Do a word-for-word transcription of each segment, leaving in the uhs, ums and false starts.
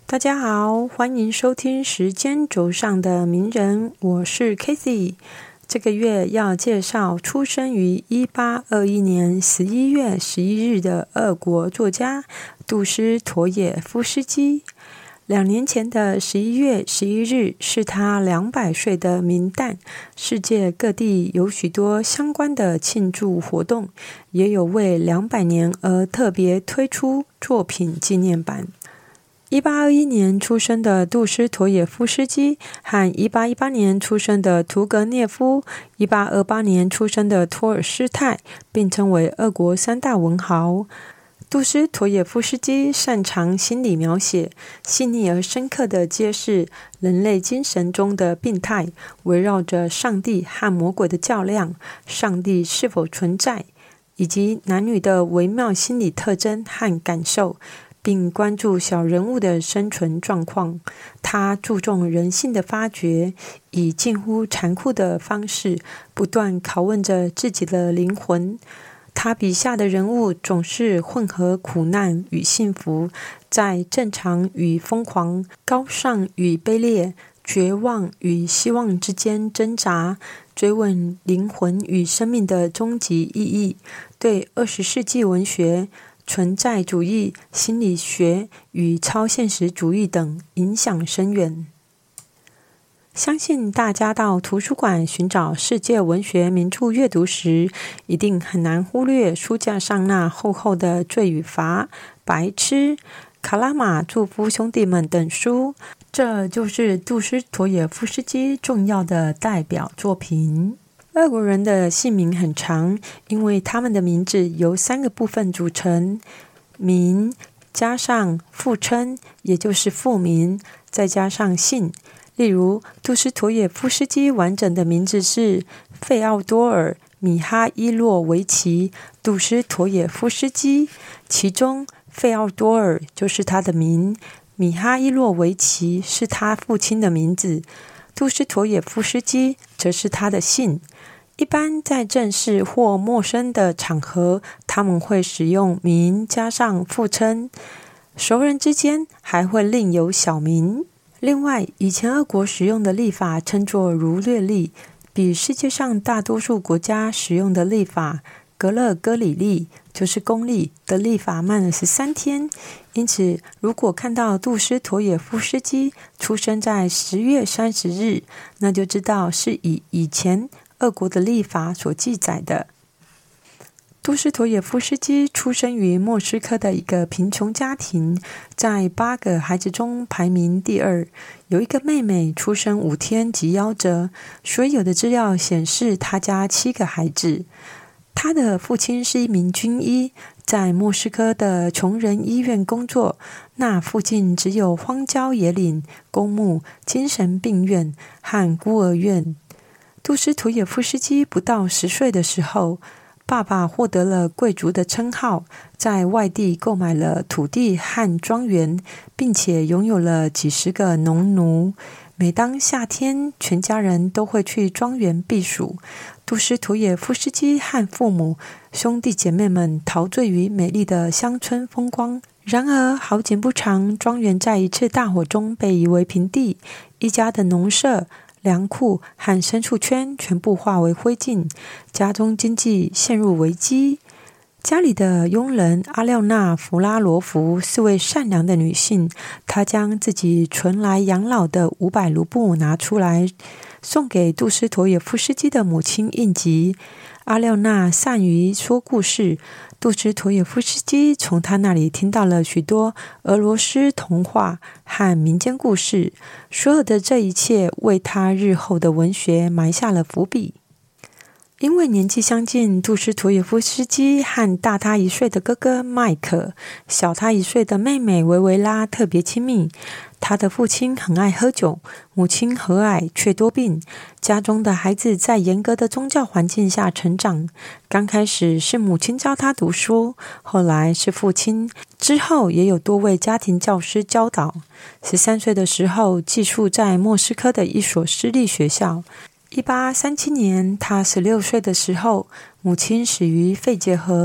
大家好，欢迎收听时间轴上的名人，我是 Cathy。这个月要介绍出生于一八二一年十一月十一日的俄国作家杜斯妥也夫斯基。两年前的十一月十一日是他两百岁的冥诞，世界各地有许多相关的庆祝活动，也有为两百年而特别推出作品纪念版。一八二一年出生的杜斯妥也夫斯基和一八一八年出生的屠格涅夫、一八二八年出生的托尔斯泰并称为俄国三大文豪。杜斯妥也夫斯基擅长心理描写，细腻而深刻地揭示人类精神中的病态，围绕着上帝和魔鬼的较量，上帝是否存在，以及男女的微妙心理特征和感受，并关注小人物的生存状况。他注重人性的发掘，以近乎残酷的方式不断拷问着自己的灵魂。他笔下的人物总是混合苦难与幸福，在正常与疯狂、高尚与卑劣、绝望与希望之间挣扎，追问灵魂与生命的终极意义，对二十世纪文学、存在主义、心理学与超现实主义等影响深远。相信大家到图书馆寻找世界文学名著阅读时，一定很难忽略书架上那厚厚的《罪与罚》、《白痴》、《卡拉马祝夫兄弟们》等书，这就是杜斯妥也夫斯基重要的代表作品。俄国人的姓名很长，因为他们的名字由三个部分组成：名加上父称，也就是父名，再加上姓。例如，杜斯妥也夫斯基完整的名字是费奥多尔·米哈伊洛维奇·杜斯妥也夫斯基，其中费奥多尔就是他的名，米哈伊洛维奇是他父亲的名字，杜斯妥也夫斯基则是他的姓。一般在正式或陌生的场合，他们会使用名加上父称，熟人之间还会另有小名。另外，以前俄国使用的历法称作儒略历，比世界上大多数国家使用的历法格勒戈里历，就是公历的历法慢了十三天。因此，如果看到杜斯妥也夫斯基出生在十月三十日，那就知道是以以前俄国的历法所记载的。杜斯妥也夫斯基出生于莫斯科的一个贫穷家庭，在八个孩子中排名第二，有一个妹妹出生五天即夭折，所有的资料显示他家七个孩子。他的父亲是一名军医，在莫斯科的穷人医院工作，那附近只有荒郊野岭、公墓、精神病院和孤儿院。杜斯妥也夫斯基不到十岁的时候，爸爸获得了贵族的称号，在外地购买了土地和庄园，并且拥有了几十个农奴。每当夏天，全家人都会去庄园避暑。杜斯妥也夫斯基和父母、兄弟姐妹们陶醉于美丽的乡村风光。然而好景不长，庄园在一次大火中被夷为平地，一家的农舍、粮库和牲畜圈全部化为灰烬，家中经济陷入危机。家里的佣人阿廖娜·弗拉罗夫是位善良的女性，她将自己存来养老的五百卢布拿出来，送给杜斯妥也夫斯基的母亲应急。阿廖娜善于说故事，杜斯妥也夫斯基从她那里听到了许多俄罗斯童话和民间故事，所有的这一切为他日后的文学埋下了伏笔。因为年纪相近，杜斯妥也夫斯基和大他一岁的哥哥麦克、小他一岁的妹妹维维拉特别亲密。他的父亲很爱喝酒，母亲和蔼却多病，家中的孩子在严格的宗教环境下成长。刚开始是母亲教他读书，后来是父亲，之后也有多位家庭教师教导。十三岁的时候，寄宿在莫斯科的一所私立学校。一八三七年，他十六岁的时候，母亲死于肺结核。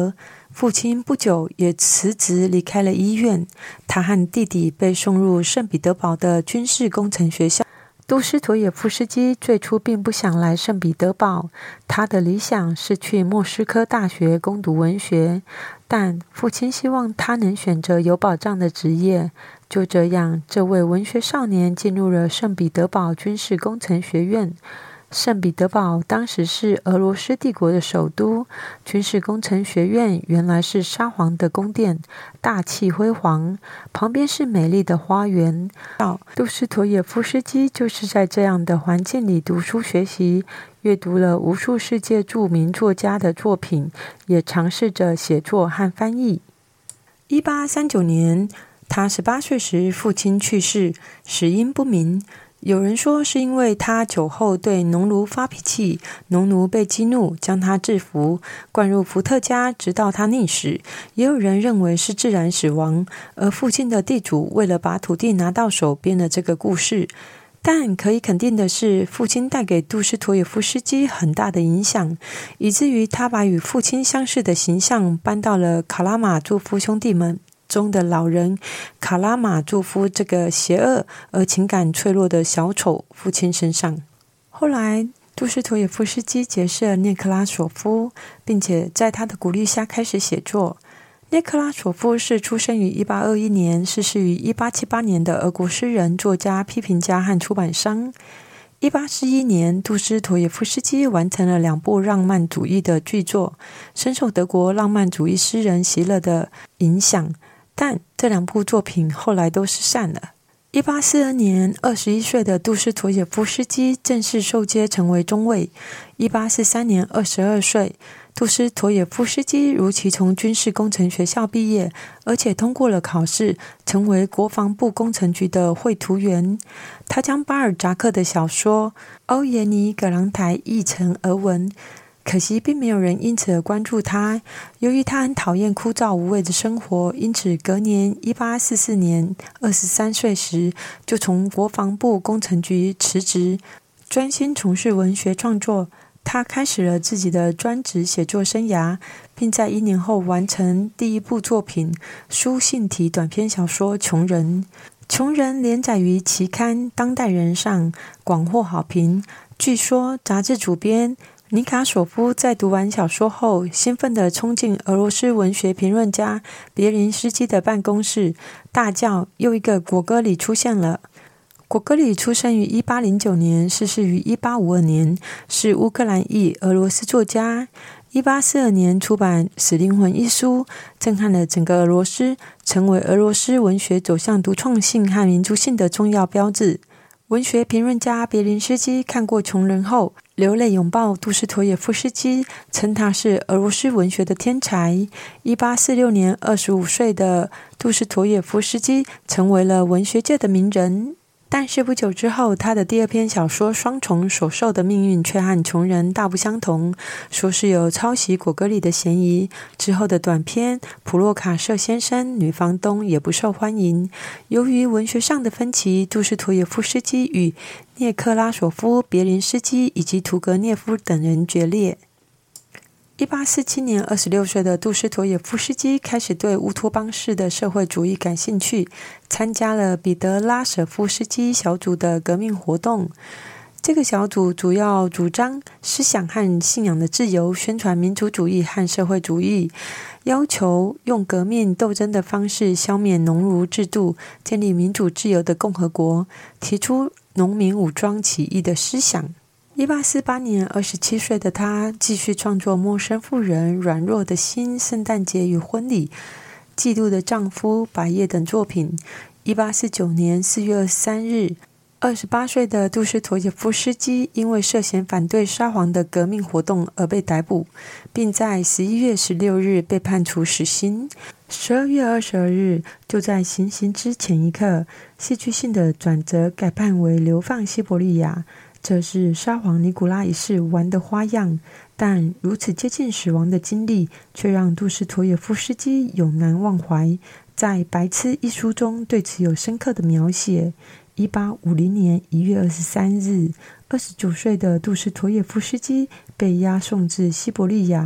父亲不久也辞职离开了医院，他和弟弟被送入圣彼得堡的军事工程学校。杜斯妥也夫斯基最初并不想来圣彼得堡，他的理想是去莫斯科大学攻读文学，但父亲希望他能选择有保障的职业。就这样，这位文学少年进入了圣彼得堡军事工程学院。圣彼得堡当时是俄罗斯帝国的首都，军事工程学院原来是沙皇的宫殿，大气辉煌，旁边是美丽的花园。杜斯妥也夫斯基就是在这样的环境里读书学习，阅读了无数世界著名作家的作品，也尝试着写作和翻译。一八三九年，他十八岁时，父亲去世，死因不明。有人说是因为他酒后对农奴发脾气，农奴被激怒，将他制服，灌入伏特加，直到他溺死。也有人认为是自然死亡，而父亲的地主为了把土地拿到手，编了这个故事。但可以肯定的是，父亲带给杜斯妥也夫斯基很大的影响，以至于他把与父亲相似的形象搬到了卡拉马佐夫兄弟们中的老人卡拉马佐夫这个邪恶而情感脆弱的小丑父亲身上。后来杜斯妥也夫斯基结识了涅克拉索夫，并且在他的鼓励下开始写作。涅克拉索夫是出生于一八二一年，逝世于一八七八年的俄国诗人、作家、批评家和出版商。一八四一年，杜斯妥也夫斯基完成了两部浪漫主义的巨作，深受德国浪漫主义诗人席勒的影响，但这两部作品后来都失散了。一八四二年，二十一岁的杜斯妥也夫斯基正式受接成为中尉。一八四三年，二十二岁，杜斯妥也夫斯基如期从军事工程学校毕业，而且通过了考试，成为国防部工程局的绘图员。他将巴尔扎克的小说《欧耶尼·葛朗台》译成俄文，可惜并没有人因此而关注他。由于他很讨厌枯燥无味的生活，因此隔年一八四四年二十三岁时就从国防部工程局辞职，专心从事文学创作。他开始了自己的专职写作生涯，并在一年后完成第一部作品书信体短篇小说《穷人》。《穷人》连载于期刊《当代人》上，广获好评。据说杂志主编尼卡索夫在读完小说后，兴奋地冲进俄罗斯文学评论家别林斯基的办公室，大叫：“又一个果戈里出现了！”果戈里出生于一八零九年，逝世于一八五二年，是乌克兰裔俄罗斯作家。一八四二年出版《死灵魂》一书，震撼了整个俄罗斯，成为俄罗斯文学走向独创性和民族性的重要标志。文学评论家别林斯基看过《穷人》后，流泪拥抱杜斯妥也夫斯基，称他是俄罗斯文学的天才。一八四六年，二十五岁的杜斯妥也夫斯基成为了文学界的名人。但是不久之后，他的第二篇小说《双重》所受的命运却和《穷人》大不相同，说是有抄袭果戈里的嫌疑。之后的短篇《普洛卡舍先生、女房东》也不受欢迎。由于文学上的分歧，杜斯妥也夫斯基与涅克拉索夫、别林斯基以及屠格涅夫等人决裂。一八四七年，二十六岁的杜斯妥也夫斯基开始对乌托邦式的社会主义感兴趣，参加了彼得拉舍夫斯基小组的革命活动。这个小组主要主张思想和信仰的自由，宣传民族主义和社会主义，要求用革命斗争的方式消灭农奴制度，建立民主自由的共和国，提出农民武装起义的思想。一八四八年，二十七岁的他继续创作《陌生妇人》、《软弱的心》、《圣诞节与婚礼》、《嫉妒的丈夫》、《百叶》等作品。一八四九年四月二十三日，二十八岁的杜斯妥也夫斯基因为涉嫌反对沙皇的革命活动而被逮捕，并在十一月十六日被判处死刑。十二月二十二日，就在行刑之前一刻，戏剧性的转折改判为流放西伯利亚。这是沙皇尼古拉一世玩的花样，但如此接近死亡的经历却让杜斯妥也夫斯基永难忘怀。在《白痴》一书中对此有深刻的描写。一八五零年一月二十三日，二十九岁的杜斯妥也夫斯基被押送至西伯利亚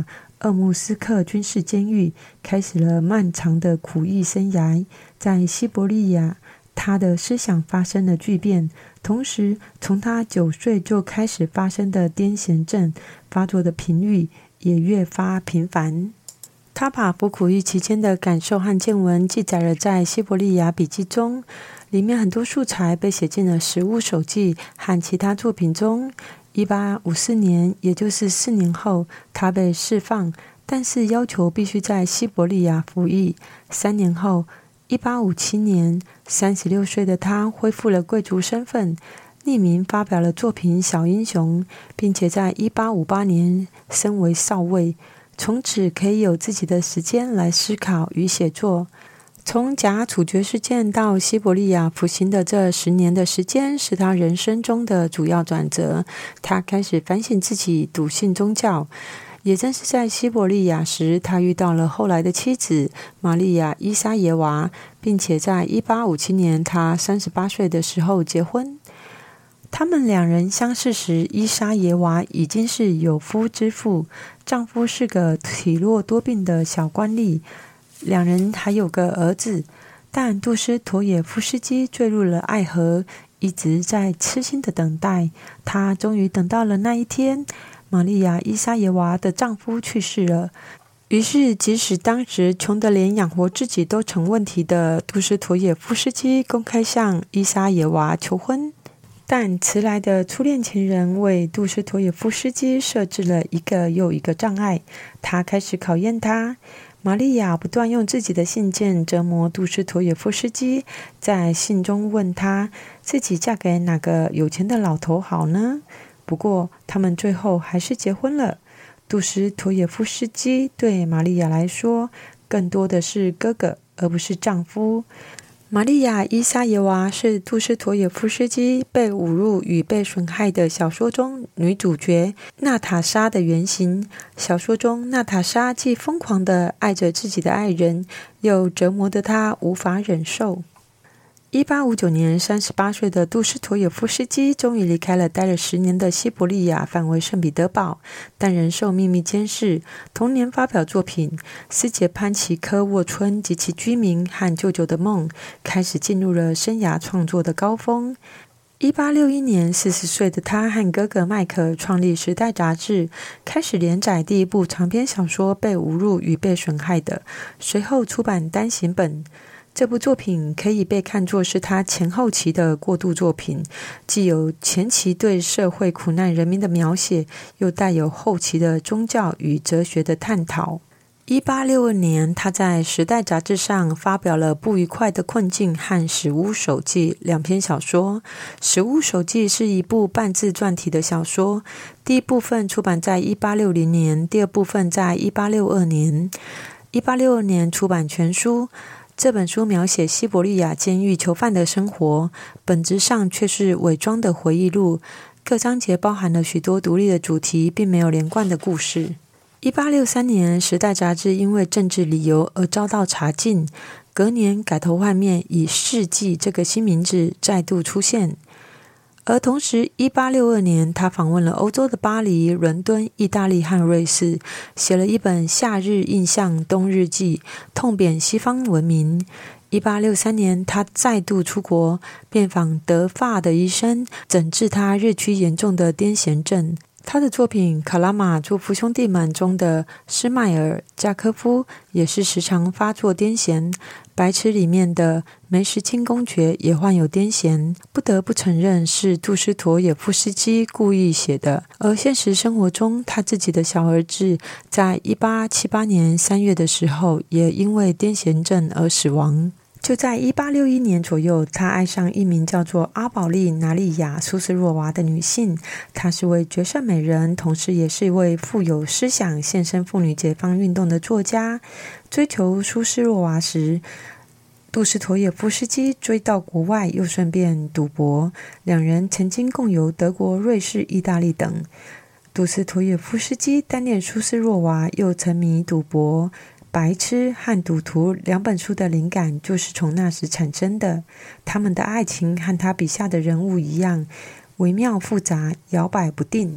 鄂木斯克军事监狱，开始了漫长的苦役生涯。在西伯利亚，他的思想发生了巨变，同时从他九岁就开始发生的癫痫症发作的频率也越发频繁。他把服苦役期间的感受和见闻记载了在西伯利亚笔记中，里面很多素材被写进了食物手记和其他作品中。一八五四年，也就是四年后，他被释放，但是要求必须在西伯利亚服役。三年后，一八五七年，三十六岁的他恢复了贵族身份，匿名发表了作品《小英雄》，并且在一八五八年升为少尉，从此可以有自己的时间来思考与写作。从假处决事件到西伯利亚服刑的这十年的时间，是他人生中的主要转折。他开始反省自己笃信宗教。也正是在西伯利亚时，他遇到了后来的妻子玛利亚·伊莎耶娃，并且在一八五七年他三十八岁的时候结婚。他们两人相识时，伊莎耶娃已经是有夫之妇，丈夫是个体弱多病的小官吏，两人还有个儿子。但杜斯妥也夫斯基坠入了爱河，一直在痴心的等待。他终于等到了那一天，玛利亚·伊莎耶娃的丈夫去世了。于是即使当时穷得连养活自己都成问题的杜斯妥也夫斯基公开向伊莎耶娃求婚，但迟来的初恋情人为杜斯妥也夫斯基设置了一个又一个障碍，他开始考验他。玛利亚不断用自己的信件折磨杜斯妥也夫斯基，在信中问他自己嫁给哪个有钱的老头好呢？不过他们最后还是结婚了。杜斯妥也夫斯基对玛利亚来说更多的是哥哥，而不是丈夫。玛利亚·伊莎耶娃是杜斯妥也夫斯基被侮辱与被损害的小说中女主角娜塔莎的原型。小说中，娜塔莎既疯狂地爱着自己的爱人，又折磨得她无法忍受。一八五九年，三十八岁的杜斯妥也夫斯基终于离开了待了十年的西伯利亚，返回圣彼得堡，但仍受秘密监视。同年发表作品《斯捷潘奇科沃村及其居民和舅舅的梦》，开始进入了生涯创作的高峰。一八六一年，四十岁的他和哥哥麦克创立《时代》杂志，开始连载第一部长篇小说《被侮辱与被损害的》，随后出版单行本。这部作品可以被看作是他前后期的过渡作品，既有前期对社会苦难人民的描写，又带有后期的宗教与哲学的探讨。一八六二年，他在《时代》杂志上发表了《不愉快的困境》和《史屋手记》两篇小说。《史屋手记》是一部半自传体的小说，第一部分出版在一八六零年，第二部分在一八六二年。一八六二年出版全书。这本书描写西伯利亚监狱囚犯的生活，本质上却是伪装的回忆录，各章节包含了许多独立的主题，并没有连贯的故事。一八六三年，《时代》杂志因为政治理由而遭到查禁，隔年改头换面，以《世纪》这个新名字再度出现。而同时一八六二年，他访问了欧洲的巴黎、伦敦、意大利和瑞士，写了一本《夏日印象冬日记》，痛扁西方文明。一八六三年，他再度出国，遍访德法的医生，诊治他日趋严重的癫痫症。他的作品《卡拉马佐夫兄弟们》中的施迈尔·加科夫也是时常发作癫痫，《白痴》里面的梅什钦公爵也患有癫痫，不得不承认是杜斯妥也夫斯基故意写的。而现实生活中，他自己的小儿子在一八七八年三月的时候也因为癫痫症而死亡。就在一八六一年左右，他爱上一名叫做阿保利拿利亚·苏斯洛娃的女性，她是位绝色美人，同时也是一位富有思想、献身妇女解放运动的作家。追求苏斯洛娃时，杜斯妥也夫斯基追到国外，又顺便赌博，两人曾经共游德国、瑞士、意大利等。杜斯妥也夫斯基单恋苏斯洛娃，又沉迷赌博。《白痴》和《赌徒》两本书的灵感就是从那时产生的。他们的爱情和他笔下的人物一样，微妙复杂，摇摆不定。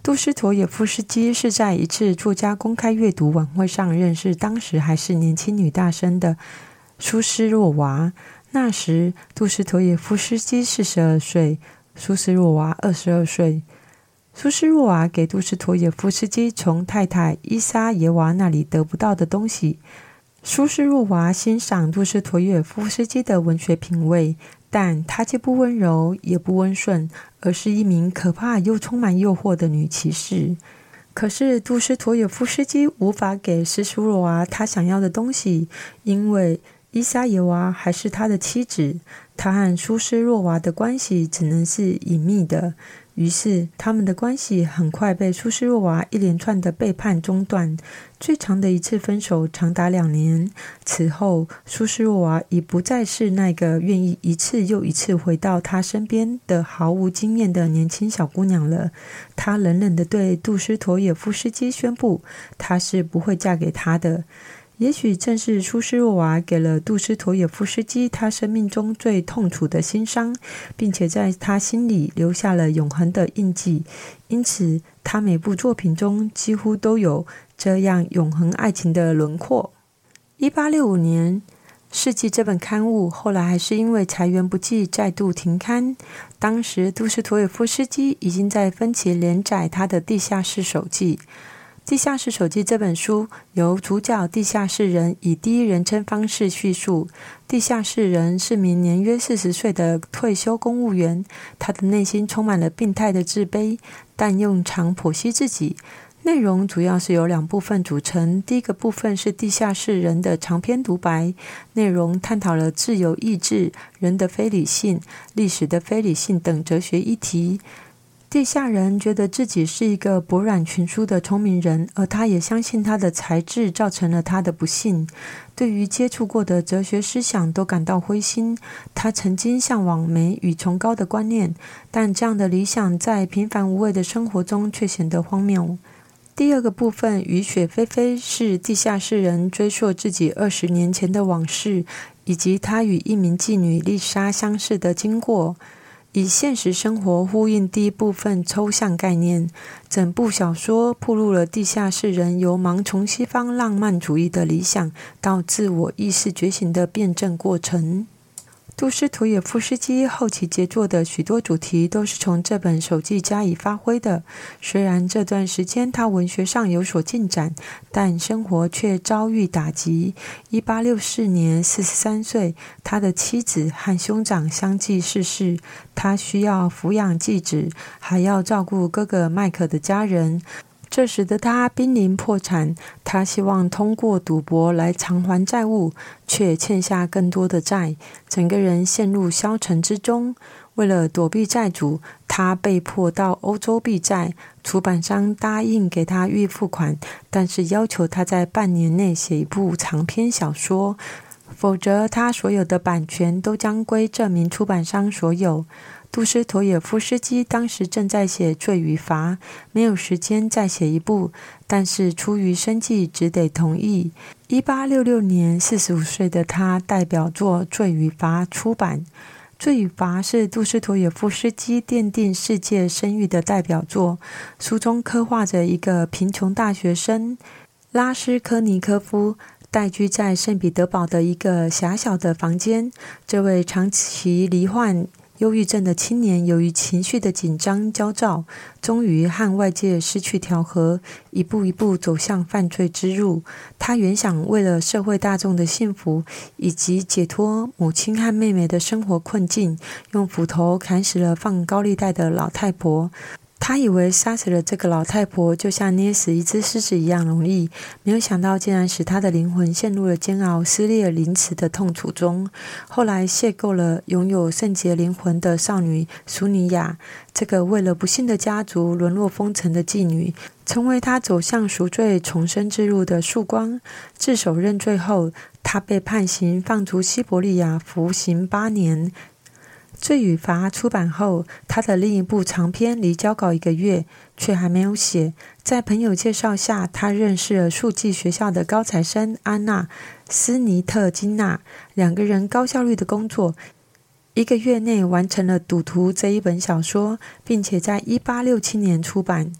杜斯妥也夫斯基是在一次作家公开阅读晚会上认识当时还是年轻女大生的苏斯洛娃。那时杜斯妥也夫斯基四十二岁，苏斯洛娃二十二岁。苏斯洛娃给杜斯妥也夫斯基从太太伊莎耶娃那里得不到的东西。苏斯洛娃欣赏杜斯妥也夫斯基的文学品味，但他既不温柔也不温顺，而是一名可怕又充满诱惑的女骑士。可是杜斯妥也夫斯基无法给苏斯洛娃他想要的东西，因为伊莎耶娃还是他的妻子，他和苏斯洛娃的关系只能是隐秘的。于是他们的关系很快被苏斯洛娃一连串的背叛中断，最长的一次分手长达两年。此后苏斯洛娃已不再是那个愿意一次又一次回到他身边的毫无经验的年轻小姑娘了。她冷冷地对杜斯妥也夫斯基宣布，她是不会嫁给他的。也许正是苏斯洛娃给了杜斯妥也夫斯基他生命中最痛楚的心伤，并且在他心里留下了永恒的印记，因此他每部作品中几乎都有这样永恒爱情的轮廓。一八六五年，《世纪》这本刊物后来还是因为裁员不济再度停刊。当时杜斯妥也夫斯基已经在分期连载他的《地下室手记》。《地下室手记》这本书由主角地下室人以第一人称方式叙述。地下室人是名年约四十岁的退休公务员，他的内心充满了病态的自卑，但又常剖析自己。内容主要是由两部分组成，第一个部分是地下室人的长篇独白，内容探讨了自由意志、人的非理性、历史的非理性等哲学议题。地下人觉得自己是一个博览群书的聪明人，而他也相信他的才智造成了他的不幸。对于接触过的哲学思想都感到灰心。他曾经向往美与崇高的观念，但这样的理想在平凡无味的生活中却显得荒谬。第二个部分《雨雪霏霏》是地下室人追溯自己二十年前的往事，以及他与一名妓女丽莎相识的经过。以现实生活呼应第一部分抽象概念，整部小说暴露了地下室人由盲从西方浪漫主义的理想到自我意识觉醒的辩证过程。杜斯妥也夫斯基后期杰作的许多主题都是从这本手记加以发挥的。虽然这段时间他文学上有所进展，但生活却遭遇打击。一八六四年，四十三岁，他的妻子和兄长相继逝世，他需要抚养继子，还要照顾哥哥麦克的家人。这使得他濒临破产，他希望通过赌博来偿还债务，却欠下更多的债，整个人陷入消沉之中。为了躲避债主，他被迫到欧洲避债，出版商答应给他预付款，但是要求他在半年内写一部长篇小说，否则他所有的版权都将归这名出版商所有。杜斯妥也夫斯基当时正在写《罪与罚》，没有时间再写一部，但是出于生计只得同意。一八六六年，四十五岁的他代表作《罪与罚》出版。《罪与罚》是杜斯妥也夫斯基奠定世界声誉的代表作，书中刻画着一个贫穷大学生拉斯科尼科夫待居在圣彼得堡的一个狭小的房间。这位长期罹患忧郁症的青年由于情绪的紧张焦躁，终于和外界失去调和，一步一步走向犯罪之路。他原想为了社会大众的幸福，以及解脱母亲和妹妹的生活困境，用斧头砍死了放高利贷的老太婆。他以为杀死了这个老太婆就像捏死一只狮子一样容易，没有想到竟然使他的灵魂陷入了煎熬、撕裂、凌迟的痛楚中。后来邂逅了拥有圣洁灵魂的少女苏尼亚，这个为了不幸的家族沦落风尘的妓女，成为他走向赎罪重生之路的曙光。自首认罪后，他被判刑，放逐西伯利亚服刑八年。《罪与罚》出版后，他的另一部长篇离交稿一个月，却还没有写。在朋友介绍下，他认识了数技学校的高材生安娜·斯尼特金娜，两个人高效率的工作，一个月内完成了《赌徒》这一本小说，并且在一八六七年出版。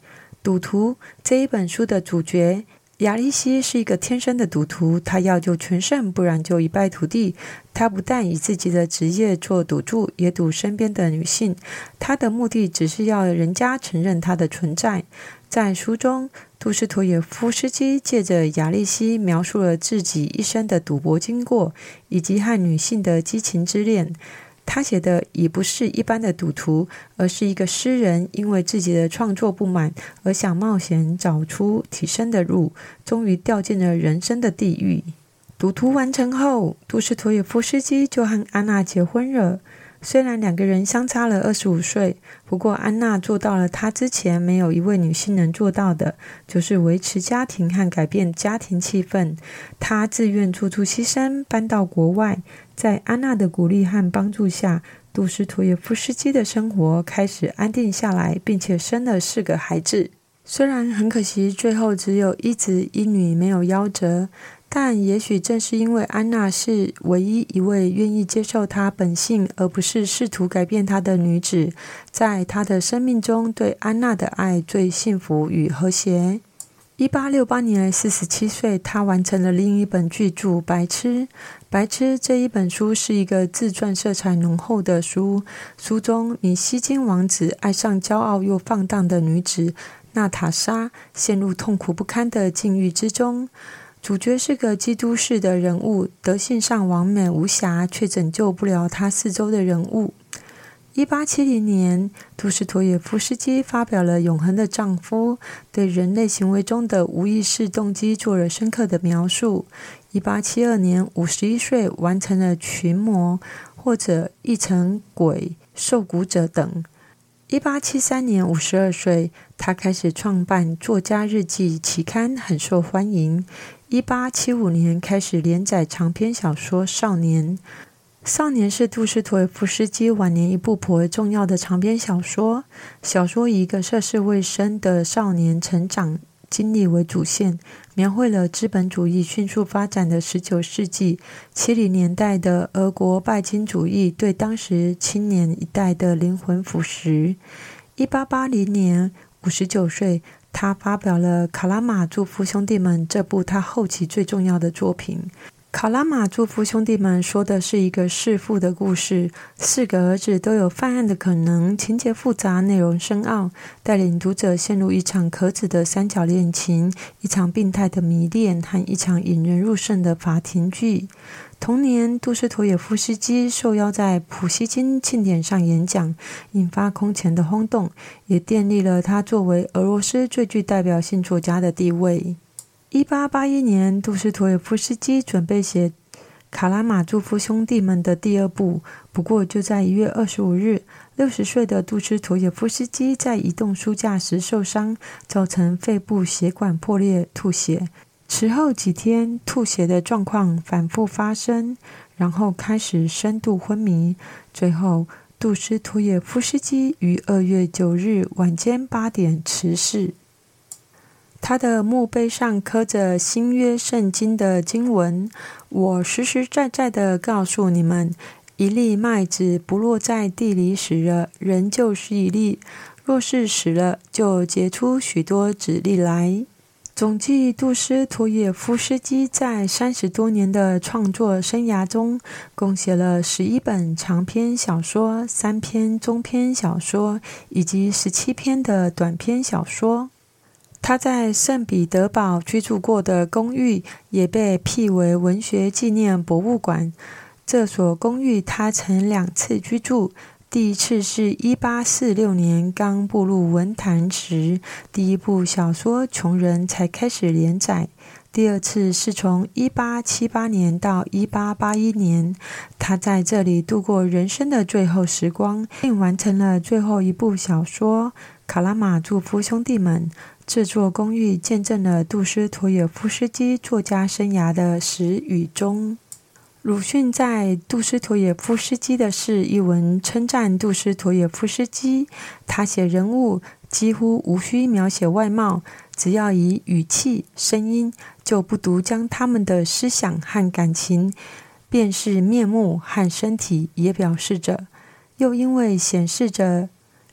赌徒这一本书的主角亚历西是一个天生的赌徒，他要就全胜，不然就一败涂地。他不但以自己的职业做赌注，也赌身边的女性，他的目的只是要人家承认他的存在。在书中，杜斯妥也夫斯基借着亚历西描述了自己一生的赌博经过，以及和女性的激情之恋。他写的已不是一般的赌徒，而是一个诗人因为自己的创作不满而想冒险找出提升的路，终于掉进了人生的地狱。赌徒完成后，杜斯妥也夫斯基就和安娜结婚了。虽然两个人相差了二十五岁，不过安娜做到了她之前没有一位女性能做到的，就是维持家庭和改变家庭气氛。她自愿做出牺牲，搬到国外。在安娜的鼓励和帮助下，杜斯妥也夫斯基的生活开始安定下来，并且生了四个孩子。虽然很可惜最后只有一子一女没有夭折，但也许正是因为安娜是唯一一位愿意接受她本性而不是试图改变她的女子，在她的生命中对安娜的爱最幸福与和谐。一八六八年四十七岁，她完成了另一本巨著《白痴》。《白痴》这一本书是一个自传色彩浓厚的书，书中米西金王子爱上骄傲又放荡的女子娜塔莎，陷入痛苦不堪的境遇之中。主角是个基督式的人物，德性上完美无瑕，却拯救不了他四周的人物。一八七零年，杜斯妥也夫斯基发表了《永恒的丈夫》，对人类行为中的无意识动机做了深刻的描述。一八七二年，五十一岁完成了《群魔》或者《一层鬼》《受蛊者》等。一八七三年，五十二岁，他开始创办作家日记期刊，很受欢迎。一八七五年开始连载长篇小说《少年》。少年是杜斯妥也夫斯基晚年一部颇为重要的长篇小说。小说以一个涉世未深的少年成长经历为主线，描绘了资本主义迅速发展的十九世纪七零年代的俄国拜金主义对当时青年一代的灵魂腐蚀。一八八零年，五十九岁，他发表了《卡拉马祝夫兄弟们》这部他后期最重要的作品。卡拉马祝夫兄弟们说的是一个弑父的故事，四个儿子都有犯案的可能，情节复杂，内容深奥，带领读者陷入一场可耻的三角恋情，一场病态的迷恋和一场引人入胜的法庭剧。同年，杜斯妥也夫斯基受邀在普希金庆典上演讲，引发空前的轰动，也奠定了他作为俄罗斯最具代表性作家的地位。一八八一年，杜斯妥也夫斯基准备写《卡拉马祝夫兄弟们》的第二部，不过就在一月二十五日，六十岁的杜斯妥也夫斯基在移动书架时受伤，造成肺部血管破裂吐血。此后几天，吐血的状况反复发生，然后开始深度昏迷。最后，杜斯妥也夫斯基于二月九日晚间八点辞世。他的墓碑上刻着新约圣经的经文：我实实在在地告诉你们，一粒麦子不落在地里死了，仍旧是一粒；若是死了，就结出许多子粒来。总计杜斯妥也夫斯基在三十多年的创作生涯中，共写了十一本长篇小说、三篇中篇小说以及十七篇的短篇小说。他在圣彼得堡居住过的公寓也被辟为文学纪念博物馆。这所公寓他曾两次居住，第一次是一八四六年刚步入文坛时，第一部小说《穷人》才开始连载。第二次是从一八七八年到一八八一年，他在这里度过人生的最后时光，并完成了最后一部小说《卡拉马祝夫兄弟们》。这座公寓见证了杜斯妥也夫斯基作家生涯的始与终。鲁迅在《杜斯妥也夫斯基的事》一文称赞杜斯妥也夫斯基，他写人物几乎无需描写外貌，只要以语气、声音，就不独将他们的思想和感情，便是面目和身体也表示着，又因为显示着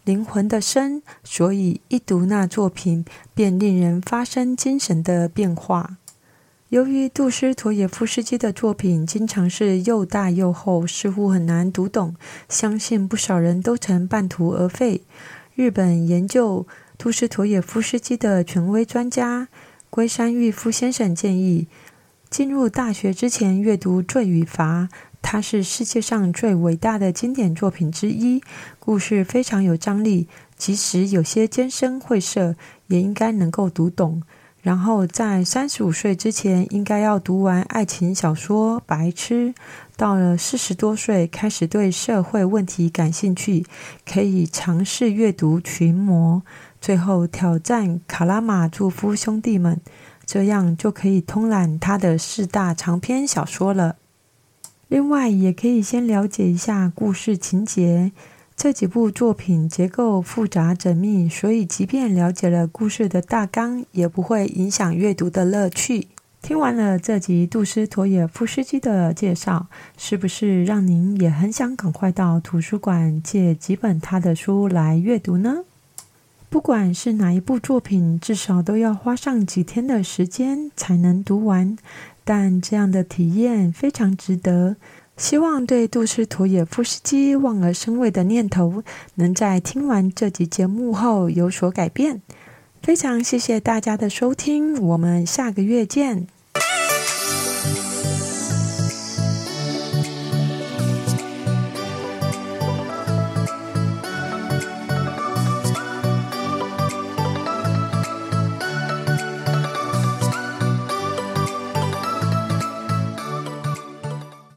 灵魂的深，所以一读那作品便令人发生精神的变化。由于杜斯妥也夫斯基的作品经常是又大又厚，似乎很难读懂，相信不少人都曾半途而废。日本研究杜斯妥也夫斯基的权威专家龟山裕夫先生建议，进入大学之前阅读《罪与罚》，它是世界上最伟大的经典作品之一，故事非常有张力，即使有些艰深晦涩，也应该能够读懂。然后在三十五岁之前应该要读完爱情小说《白痴》，到了四十多岁开始对社会问题感兴趣，可以尝试阅读《群魔》，最后挑战卡拉马佐夫兄弟们，这样就可以通览他的四大长篇小说了。另外也可以先了解一下故事情节，这几部作品结构复杂缜密，所以即便了解了故事的大纲，也不会影响阅读的乐趣。听完了这集杜斯妥也夫斯基的介绍，是不是让您也很想赶快到图书馆借几本他的书来阅读呢？不管是哪一部作品，至少都要花上几天的时间才能读完，但这样的体验非常值得。希望对杜斯妥也夫斯基望而生畏的念头，能在听完这集节目后有所改变。非常谢谢大家的收听，我们下个月见。